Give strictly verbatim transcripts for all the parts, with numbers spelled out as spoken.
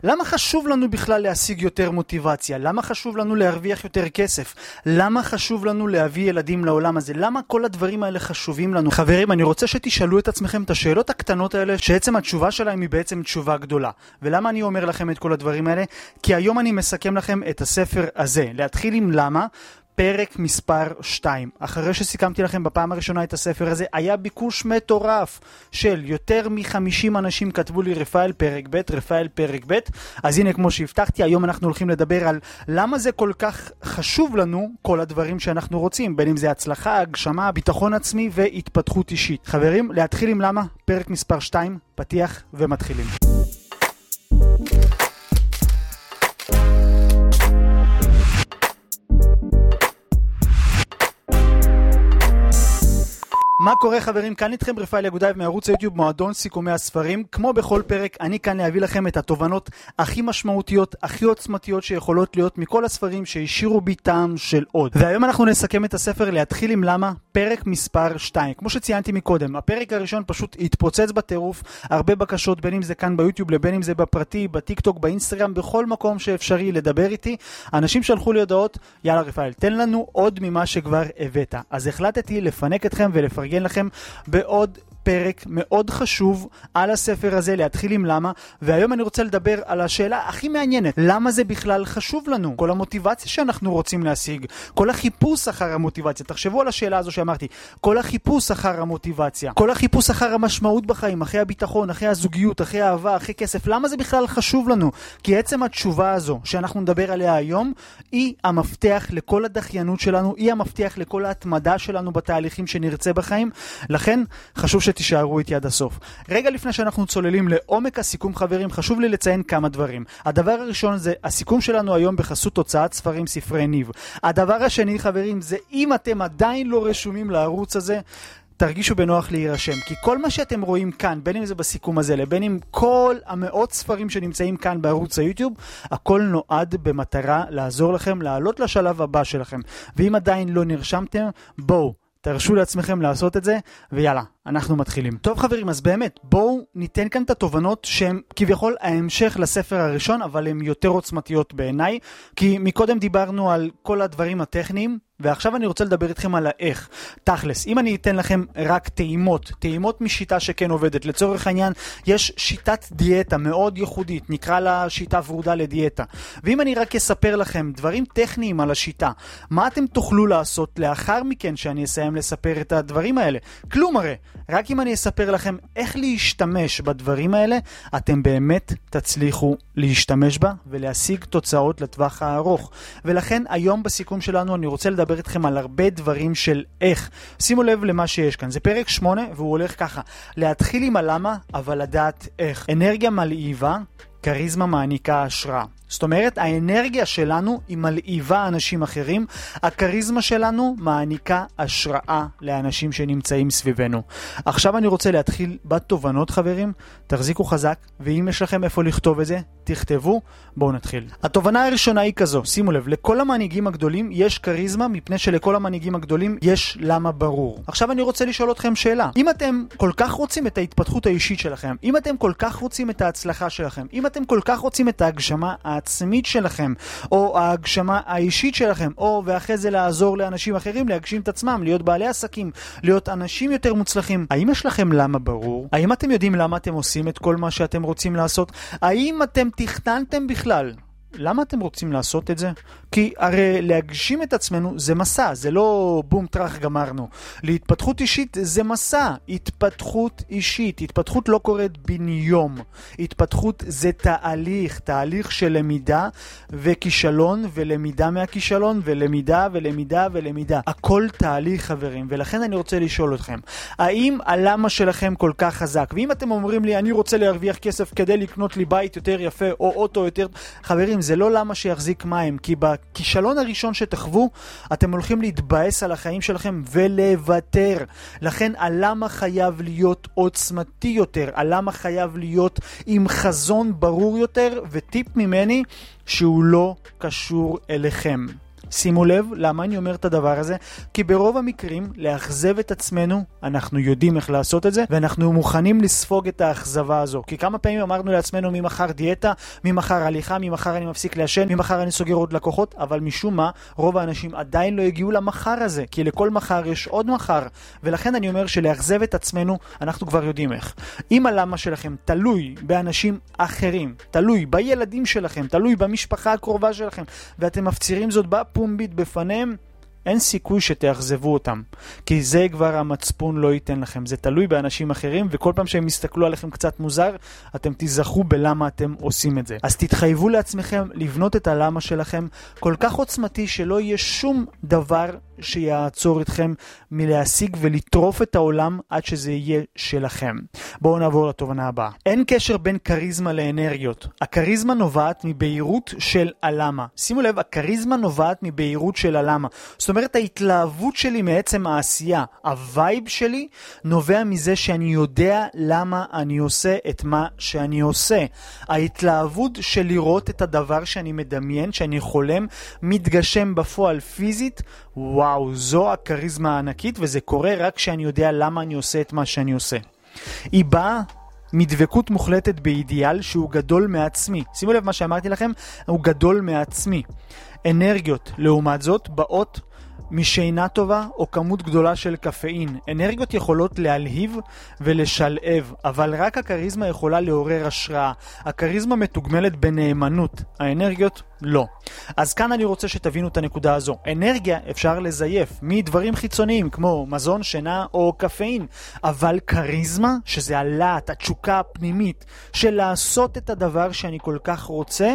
למה חשוב לנו בכלל להשיג יותר מוטיבציה? למה חשוב לנו להרוויח יותר כסף? למה חשוב לנו להביא ילדים לעולם הזה? למה כל הדברים האלה חשובים לנו? חברים, אני רוצה שתשאלו את עצמכם את השאלות הקטנות האלה, שעצם התשובה שלהם היא בעצם תשובה גדולה. ולמה אני אומר לכם את כל הדברים האלה? כי היום אני מסכם לכם את הספר הזה. להתחיל עם למה? פרק מספר שתיים. אחרי שסיכמתי לכם בפעם הראשונה את הספר הזה, היה ביקוש מטורף של יותר מ-חמישים אנשים כתבו לי רפאל פרק ב', רפאל פרק ב'. אז הנה, כמו שהבטחתי, היום אנחנו הולכים לדבר על למה זה כל כך חשוב לנו, כל הדברים שאנחנו רוצים, בין אם זה הצלחה, הגשמה, ביטחון עצמי והתפתחות אישית. חברים, להתחיל עם למה? פרק מספר שתיים, פתיח ומתחילים. מה קורה חברים? כאן איתכם רפאל יגודאי מערוץ היוטיוב מועדון סיכומי הספרים. כמו בכל פרק, אני כאן להביא לכם את התובנות הכי משמעותיות, הכי עוצמתיות שיכולות להיות מכל הספרים שהשאירו בי טעם של עוד. והיום אנחנו נסכם את הספר להתחיל עם למה, פרק מספר שתיים. כמו שציינתי מקודם, הפרק הראשון פשוט התפוצץ בטירוף, הרבה בקשות, בין אם זה כאן ביוטיוב, לבין אם זה בפרטי, בטיקטוק, באינסטגרם, בכל מקום שאפשרי לדבר איתי. אנשים שלחו לי הודעות, יאללה רפאל, תן לנו עוד ממה שכבר הבאת. אז החלטתי לפנק אתכם ולפרגן לכם בעוד פרק מאוד חשוב על הספר הזה, להתחיל עם למה. והיום אני רוצה לדבר על השאלה הכי מעניינת, למה זה בכלל חשוב לנו? כל המוטיבציה שאנחנו רוצים להשיג, כל החיפוש אחר המוטיבציה, תחשבו על השאלה הזו שאמרתי, כל החיפוש אחר המוטיבציה, כל החיפוש אחר המשמעות בחיים, אחרי הביטחון, אחרי הזוגיות, אחרי האהבה, אחרי כסף, למה זה בכלל חשוב לנו? כי עצם התשובה הזו שאנחנו נדבר עליה היום היא המפתח לכל הדחיינות שלנו, היא המפתח לכל ההתמדה שלנו בתהליכים שנרצה בחיים. לכן חשוב שתישארו איתי עד הסוף. רגע לפני שאנחנו צוללים לעומק הסיכום חברים, חשוב לי לציין כמה דברים. הדבר הראשון זה הסיכום שלנו היום בחסות הוצאת ספרים ספרי ניב. הדבר השני חברים זה אם אתם עדיין לא רשומים לערוץ הזה, תרגישו בנוח להירשם, כי כל מה שאתם רואים כאן, בין אם זה בסיכום הזה, לבין אם כל המאות ספרים שנמצאים כאן בערוץ היוטיוב, הכל נועד במטרה לעזור לכם לעלות לשלב הבא שלכם. ואם עדיין לא נרשמתם, בואו תרשו לעצמכם לעשות את זה, ויאללה, אנחנו מתחילים. טוב חברים, אז באמת, בואו ניתן כאן את התובנות שהן כביכול ההמשך לספר הראשון, אבל הן יותר עוצמתיות בעיניי, כי מקודם דיברנו על כל הדברים הטכניים, ועכשיו אני רוצה לדבר איתכם על האיך. תכלס, אם אני אתן לכם רק טעימות, טעימות משיטה שכן עובדת, לצורך העניין, יש שיטת דיאטה מאוד ייחודית, נקרא לה שיטה ורודה לדיאטה. ואם אני רק אספר לכם דברים טכניים על השיטה, מה אתם תוכלו לעשות לאחר מכן שאני אסיים לספר את הדברים האלה? כלום הרי. רק אם אני אספר לכם איך להשתמש בדברים האלה, אתם באמת תצליחו להשתמש בה ולהשיג תוצאות לטווח הארוך. ולכן היום בסיכום שלנו אני רוצה לדבר איתכם על הרבה דברים של איך. שימו לב למה שיש כאן. זה פרק שמונה והוא הולך ככה. להתחיל עם הלמה, אבל לדעת איך. אנרגיה מלהיבה, קריזמה מעניקה השראה. זאת אומרת, האנרגיה שלנו היא מלהיבה אנשים אחרים, הקריזמה שלנו מעניקה השראה לאנשים שנמצאים סביבנו. עכשיו אני רוצה להתחיל בתובנות חברים, תחזיקו חזק, ואם יש לכם איפה לכתוב את זה, תכתבו, בואו נתחיל. התובנה הראשונה היא כזו, שימו לב, לכל המנהיגים הגדולים יש קריזמה, מפני שלכל המנהיגים הגדולים יש למה ברור. עכשיו אני רוצה לשאול אתכם שאלה, אם אתם כל כך רוצים את ההתפתחות האישית שלכם, אם אתם כל כך רוצים את ההצלחה שלכם, אם אתם כל כך רוצים את ההגשמה העצמית שלכם, או ההגשמה האישית שלכם, או ואחרי זה לעזור לאנשים אחרים להגשים את עצמם, להיות בעלי עסקים, להיות אנשים יותר מוצלחים, האם יש לכם למה ברור? האם אתם יודעים למה אתם עושים את כל מה שאתם רוצים לעשות? האם אתם תכננתם בכלל? למה אתם רוצים לעשות את זה? כי הרי להגשים את עצמנו זה מסע, זה לא בום טרח גמרנו. להתפתחות אישית זה מסע, התפתחות אישית, התפתחות לא קורית בן יום. התפתחות זה תהליך, תהליך של למידה וכישלון ולמידה מהכישלון ולמידה ולמידה ולמידה. הכל תהליך חברים, ולכן אני רוצה לשאול אתכם, האם הלמה שלכם כל כך חזק? ואם אתם אומרים לי אני רוצה להרוויח כסף כדי לקנות לי בית יותר יפה או אוטו יותר, חברים, זה לא למה שיחזיק מים, כי בכישלון הראשון שתחוו, אתם הולכים להתבאס על החיים שלכם ולוותר. לכן הלמה חייב להיות עוצמתי יותר, הלמה חייב להיות עם חזון ברור יותר, וטיפ ממני שהוא לא קשור אליכם. שימו לב למה אני אומר את הדבר הזה, כי ברוב המקרים לאכזב את עצמנו, אנחנו יודעים איך לעשות את זה, ואנחנו מוכנים לספוג את האכזבה הזו. כי כמה פעמים אמרנו לעצמנו ממחר דיאטה, ממחר הליכה, ממחר אני מפסיק לעשן, ממחר אני סוגר עוד לקוחות, אבל משום מה רוב האנשים עדיין לא הגיעו למחר הזה, כי לכל מחר יש עוד מחר, ולכן אני אומר שלאכזב את עצמנו אנחנו כבר יודעים איך. אם הלמה שלכם תלוי באנשים אחרים, תלוי בילדים שלכם, תלוי במשפחה הקרובה שלכם, ואתם מפצירים זאת בפומבית בפניהם, אין סיכוי שתאכזבו אותם, כי זה כבר המצפון לא ייתן לכם. זה תלוי באנשים אחרים, וכל פעם שהם יסתכלו עליכם קצת מוזר, אתם תיזכרו בלמה אתם עושים את זה. אז תתחייבו לעצמכם לבנות את הלמה שלכם כל כך עוצמתי שלא יהיה שום דבר שיעצור אתכם מלהשיג ולטרוף את העולם עד שזה יהיה שלכם. בואו נעבור לתובנה הבאה. אין קשר בין קריזמה לאנרגיות. הקריזמה נובעת מבהירות של הלמה. שימו לב, הקריזמה נובעת מבהירות של הלמה. זאת אומרת, ההתלהבות שלי מעצם העשייה, הווייב שלי, נובע מזה שאני יודע למה אני עושה את מה שאני עושה. ההתלהבות של לראות את הדבר שאני מדמיין, שאני חולם, מתגשם בפועל פיזית, וואו, זו הקריזמה הענקית, וזה קורה רק כשאני יודע למה אני עושה את מה שאני עושה. היא באה מדבקות מוחלטת באידיאל שהוא גדול מעצמי. שימו לב מה שאמרתי לכם, הוא גדול מעצמי. אנרגיות, לעומת זאת, באות משינה טובה או כמות גדולה של קפאין. אנרגיות יכולות להלהיב ולשלב, אבל רק הקריזמה יכולה לעורר השראה. הקריזמה מתוגמלת בנאמנות, האנרגיות לא. אז כאן אני רוצה שתבינו את הנקודה הזו. אנרגיה אפשר לזייף מדברים חיצוניים כמו מזון, שינה או קפאין, אבל קריזמה, שזה הלהט, התשוקה הפנימית של לעשות את הדבר שאני כל כך רוצה,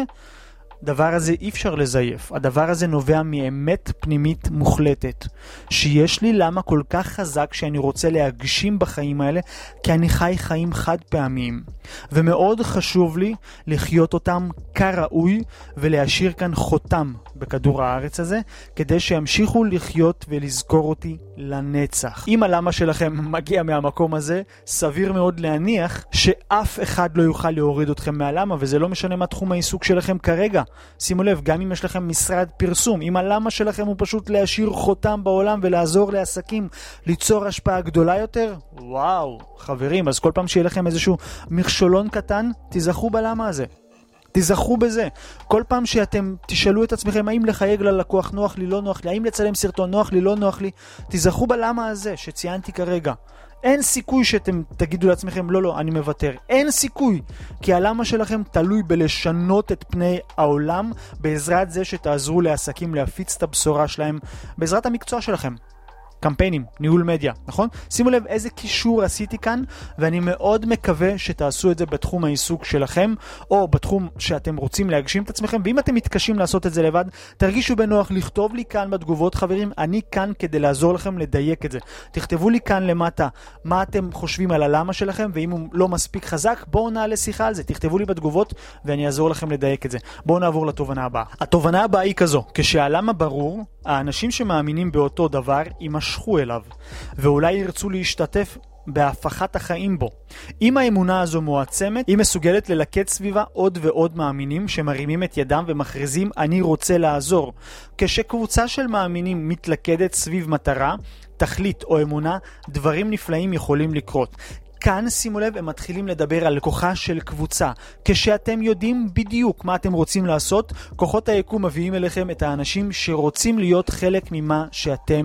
דבר הזה אי אפשר לזייף. הדבר הזה נובע מאמת פנימית מוחלטת, שיש לי למה כל כך חזק שאני רוצה להגשים בחיים האלה, כי אני חי חיים חד פעמיים, ומאוד חשוב לי לחיות אותם כראוי ולהשאיר כאן חותם בכדור הארץ הזה, כדי שימשיכו לחיות ולזכור אותי לנצח. אם הלמה שלכם מגיע מהמקום הזה, סביר מאוד להניח שאף אחד לא יוכל להוריד אתכם מהלמה, וזה לא משנה מה תחום העיסוק שלכם כרגע. שימו לב, גם אם יש לכם משרד פרסום, אם הלמה שלכם הוא פשוט להשאיר חותם בעולם ולעזור לעסקים ליצור השפעה גדולה יותר, וואו, חברים, אז כל פעם שיהיה לכם איזשהו מכשולון קטן, תזכרו בלמה הזה. תזכרו בזה. כל פעם שאתם תשאלו את עצמכם האם לחייג ללקוח נוח לי, לא נוח לי, האם לצלם סרטון נוח לי, לא נוח לי, תזכרו בלמה הזה שציינתי כרגע. אין סיכוי שאתם תגידו לעצמכם לא לא אני מוותר, אין סיכוי, כי הלמה שלכם תלוי בלשנות את פני העולם בעזרת זה שתעזרו לעסקים להפיץ את הבשורה שלהם בעזרת המקצוע שלכם. קמפיינים, ניהול מדיה, נכון? שימו לב איזה קישור עשיתי כאן, ואני מאוד מקווה שתעשו את זה בתחום העיסוק שלכם, או בתחום שאתם רוצים להגשים את עצמכם, ואם אתם מתקשים לעשות את זה לבד, תרגישו בנוח לכתוב לי כאן בתגובות, חברים, אני כאן כדי לעזור לכם לדייק את זה. תכתבו לי כאן למטה מה אתם חושבים על הלמה שלכם, ואם הוא לא מספיק חזק, בואו נעלה שיחה על זה, תכתבו לי בתגובות ואני אעזור לכם לדייק את זה. בואו נעבור לתובנה הבאה. התובנה הבאה היא כזו, כשהלמה ברור, האנשים שמאמינים באותו דבר יימשכו אליו, ואולי ירצו להשתתף בהפכת החיים בו. אם האמונה הזו מועצמת, היא מסוגלת ללקט סביבה עוד ועוד מאמינים שמרימים את ידם ומכריזים אני רוצה לעזור. כשקבוצה של מאמינים מתלכדת סביב מטרה, תכלית או אמונה, דברים נפלאים יכולים לקרות. כאן שימו לב, הם מתחילים לדבר על כוחה של קבוצה. כשאתם יודעים בדיוק מה אתם רוצים לעשות, כוחות היקום מביאים אליכם את האנשים שרוצים להיות חלק ממה שאתם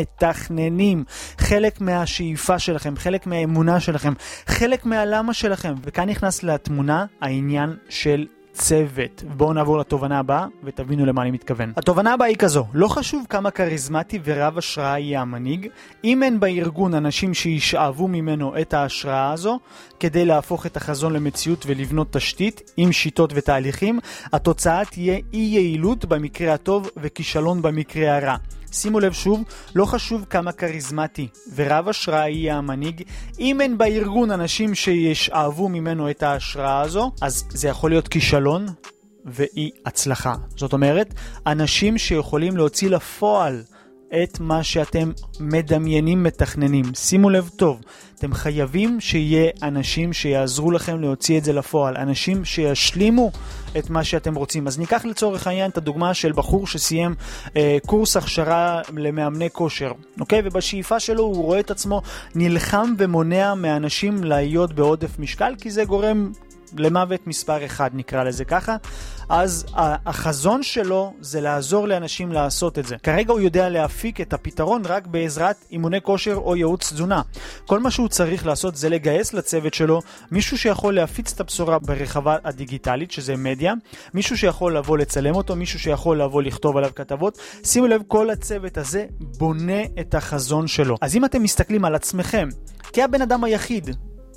מתכננים. חלק מהשאיפה שלכם, חלק מהאמונה שלכם, חלק מהלמה שלכם. וכאן נכנס לתמונה העניין של צוות. בואו נעבור לתובנה הבאה ותבינו למה אני מתכוון. התובנה הבאה היא כזו, לא חשוב כמה קריזמטי ורב השראה יהיה המנהיג, אם אין בארגון אנשים שישאבו ממנו את ההשראה הזו, כדי להפוך את החזון למציאות ולבנות תשתית עם שיטות ותהליכים, התוצאה תהיה אי יעילות במקרה הטוב וכישלון במקרה הרע. שימו לב שוב, לא חשוב כמה קריזמטי ורב השראה יהיה המנהיג, אם אין בארגון אנשים שישאבו ממנו את ההשראה הזו, אז זה יכול להיות כישלון ואי הצלחה. זאת אומרת, אנשים שיכולים להוציא לפועל את מה שאתם מדמיינים, מתכננים. שימו לב טוב, אתם חייבים שיהיה אנשים שיעזרו לכם להוציא את זה לפועל, אנשים שישלימו את מה שאתם רוצים. אז ניקח לצורך העניין את הדוגמה של בחור שסיים אה, קורס הכשרה למאמני כושר, אוקיי? ובשאיפה שלו הוא רואה את עצמו נלחם ומונע מאנשים להיות בעודף משקל, כי זה גורם למוות מספר אחד, נקרא לזה ככה. אז החזון שלו זה לעזור לאנשים לעשות את זה. כרגע הוא יודע להפיק את הפתרון רק בעזרת אימוני כושר או ייעוץ תזונה. כל מה שהוא צריך לעשות זה לגייס לצוות שלו מישהו שיכול להפיץ את הבשורה ברחבה הדיגיטלית, שזה מדיה, מישהו שיכול לבוא לצלם אותו, מישהו שיכול לבוא לכתוב עליו כתבות. שימו לב, כל הצוות הזה בונה את החזון שלו. אז אם אתם מסתכלים על עצמכם כהבן אדם היחיד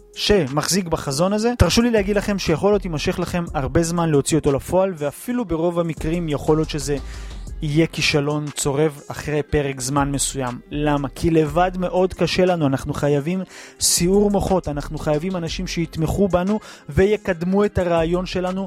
שמחזיק בחזון הזה, תרשו לי להגיד לכם שיכול להיות יימשך לכם הרבה זמן להוציא אותו לפועל, ואפילו ברוב המקרים יכול להיות שזה יהיה כישלון צורב אחרי פרק זמן מסוים. למה? כי לבד מאוד קשה לנו, אנחנו חייבים סיעור מוחות, אנחנו חייבים אנשים שיתמכו בנו ויקדמו את הרעיון שלנו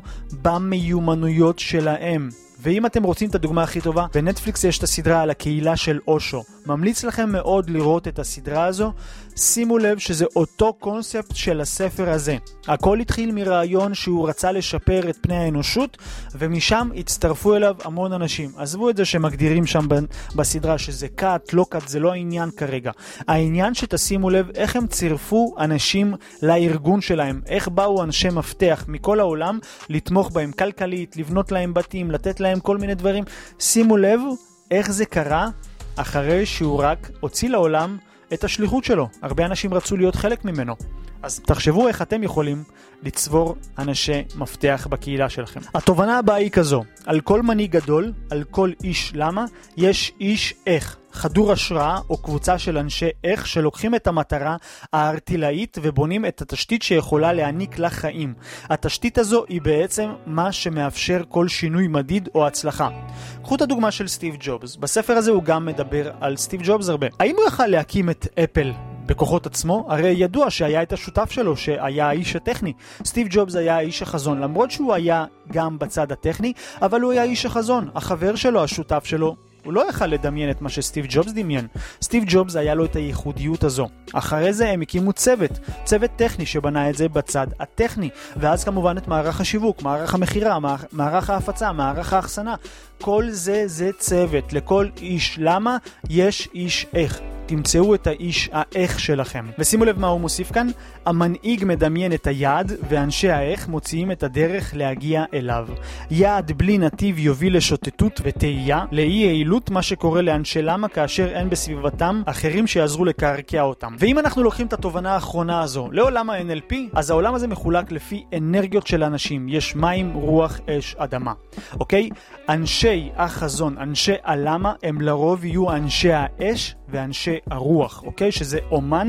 במיומנויות שלהם. ואם אתם רוצים את הדוגמה הכי טובה, בנטפליקס יש את הסדרה על הקהילה של אושו. ממליץ לכם מאוד לראות את הסדרה הזו. שימו לב שזה אותו קונספט של הספר הזה. הכל התחיל מרעיון שהוא רצה לשפר את פני האנושות, ומשם הצטרפו אליו המון אנשים. עזבו את זה שמגדירים שם בסדרה שזה קאט, לא קאט, זה לא העניין כרגע. העניין שתשימו לב איך הם צירפו אנשים לארגון שלהם, איך באו אנשי מפתח מכל העולם לתמוך בהם כלכלית, לבנות להם בתים, לתת להם כל מיני דברים. שימו לב איך זה קרה אחרי שהוא רק הוציא לעולם את השליחות שלו. הרבה אנשים רצו להיות חלק ממנו. אז תחשבו איך אתם יכולים לצבור אנשי מפתח בקהילה שלכם. התובנה הבאה היא כזו, על כל מנהיג גדול, על כל איש למה, יש איש איך. חדור השראה או קבוצה של אנשי איך שלוקחים את המטרה הארטילאית ובונים את התשתית שיכולה להעניק לה חיים. התשתית הזו היא בעצם מה שמאפשר כל שינוי מדיד או הצלחה. קחו את הדוגמה של סטיב ג'ובס. בספר הזה הוא גם מדבר על סטיב ג'ובס הרבה. האם הוא יכל להקים את אפל בכוחות עצמו? הרי ידוע שהיה את השותף שלו שהיה האיש הטכני. סטיב ג'ובס היה האיש החזון, למרות שהוא היה גם בצד הטכני, אבל הוא היה איש החזון. החבר שלו, השותף שלו, הוא לא יכל לדמיין את מה שסטיב ג'ובס דמיין. סטיב ג'ובס היה לו את הייחודיות הזו. אחרי זה הם הקימו צוות, צוות טכני שבנה את זה בצד הטכני. ואז כמובן את מערך השיווק, מערך המחירה, מערך ההפצה, מערך האחסנה. כל זה זה צוות. לכל איש למה יש איש איך. תמצאו את האיש האיך שלכם. ושימו לב מה הוא מוסיף כאן, המנהיג מדמיין את היעד ואנשי האיך מוציאים את הדרך להגיע אליו. יעד בלי נתיב יוביל לשוטטות ותהייה, לאי יעילות, מה שקורה לאנשי למה כאשר אין בסביבתם אחרים שיעזרו לקרקע אותם. ואם אנחנו לוקחים את התובנה האחרונה הזו לעולם ה-אן אל פי, אז העולם הזה מחולק לפי אנרגיות של אנשים. יש מים, רוח, אש, אדמה. אוקיי? אנשי החזון, אנשי הלמה, הם לרוב יהיו אנשי האש ואנשי הרוח, אוקיי? שזה אומן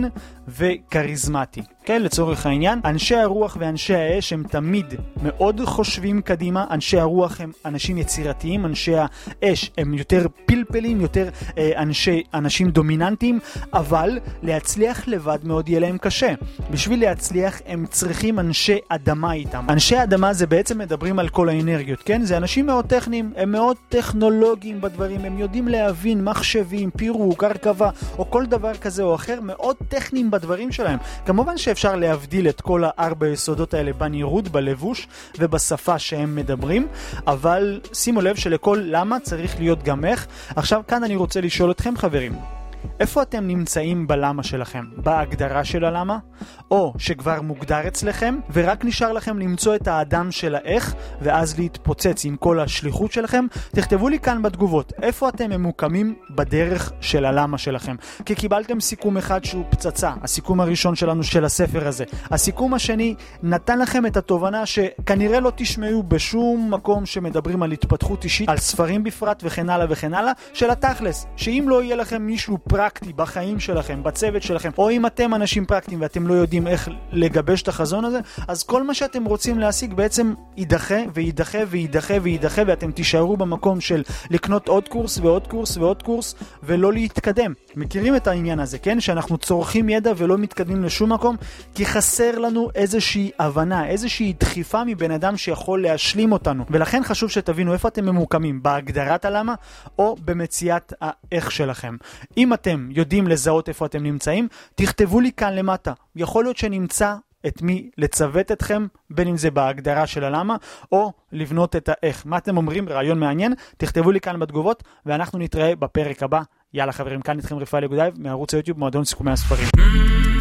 וקריזמטי. כן, לצורך העניין, אנשי הרוח ואנשי האש הם תמיד מאוד חושבים קדימה. אנשי הרוח הם אנשים יצירתיים, אנשי האש הם יותר פלפלים, יותר אה, אנשי, אנשים דומיננטיים, אבל להצליח לבד מאוד יהיה להם קשה. בשביל להצליח הם צריכים אנשי אדמה איתם. אנשי אדמה זה בעצם מדברים על כל האנרגיות, כן? זה אנשים מאוד טכניים, הם מאוד טכנולוגיים בדברים, הם יודעים להבין מחשבים, פירוק, הרכבה, או כל דבר כזה או אחר, מאוד טכניים בדברים שלהם. כמובן שאפשר להבדיל את כל הארבע יסודות האלה בנראות, בלבוש ובשפה שהם מדברים, אבל שימו לב שלכל למה צריך להיות גם איך. עכשיו כאן אני רוצה לשאול אתכם חברים, איפה אתם נמצאים בלמה שלכם? בהגדרה של הלמה? או שכבר מוגדר אצלכם ורק נשאר לכם למצוא את האדם של האיך ואז להתפוצץ עם כל השליחות שלכם? תכתבו לי כאן בתגובות איפה אתם ממוקמים בדרך של הלמה שלכם, כי קיבלתם סיכום אחד שהוא פצצה, הסיכום הראשון שלנו של הספר הזה. הסיכום השני נתן לכם את התובנה שכנראה לא תשמעו בשום מקום שמדברים על התפתחות אישית, על ספרים בפרט וכן הלאה וכן הלאה, של התכלס, שאם לא יהיה לכם מישהו פרקטי בחיים שלכם, בצוות שלכם, או אם אתם אנשים פרקטיים ואתם לא יודעים איך לגבש את החזון הזה, אז כל מה שאתם רוצים להשיג בעצם יידחה ויידחה ויידחה ויידחה, ואתם תישארו במקום של לקנות עוד קורס ועוד קורס ועוד קורס ולא להתקדם. מכירים את העניין הזה, כן? שאנחנו צורכים ידע ולא מתקדמים לשום מקום, כי חסר לנו איזושהי הבנה, איזושהי דחיפה מבן אדם שיכול להשלים אותנו. ולכן חשוב שתבינו איפה אתם ממוקמים, בהגדרת הלמה או במציאת האיך שלכם. אם אתם יודעים לזהות איפה אתם נמצאים, תכתבו לי כאן למטה. יכול להיות שנמצא את מי לצוות אתכם, בין אם זה בהגדרה של הלמה, או לבנות את האיך. מה אתם אומרים? רעיון מעניין? תכתבו לי כאן בתגובות, ואנחנו נתראה בפרק הבא. יאללה חברים, כאן איתכם רפאל יגודאייב, מערוץ היוטיוב מועדון סיכומי הספרים.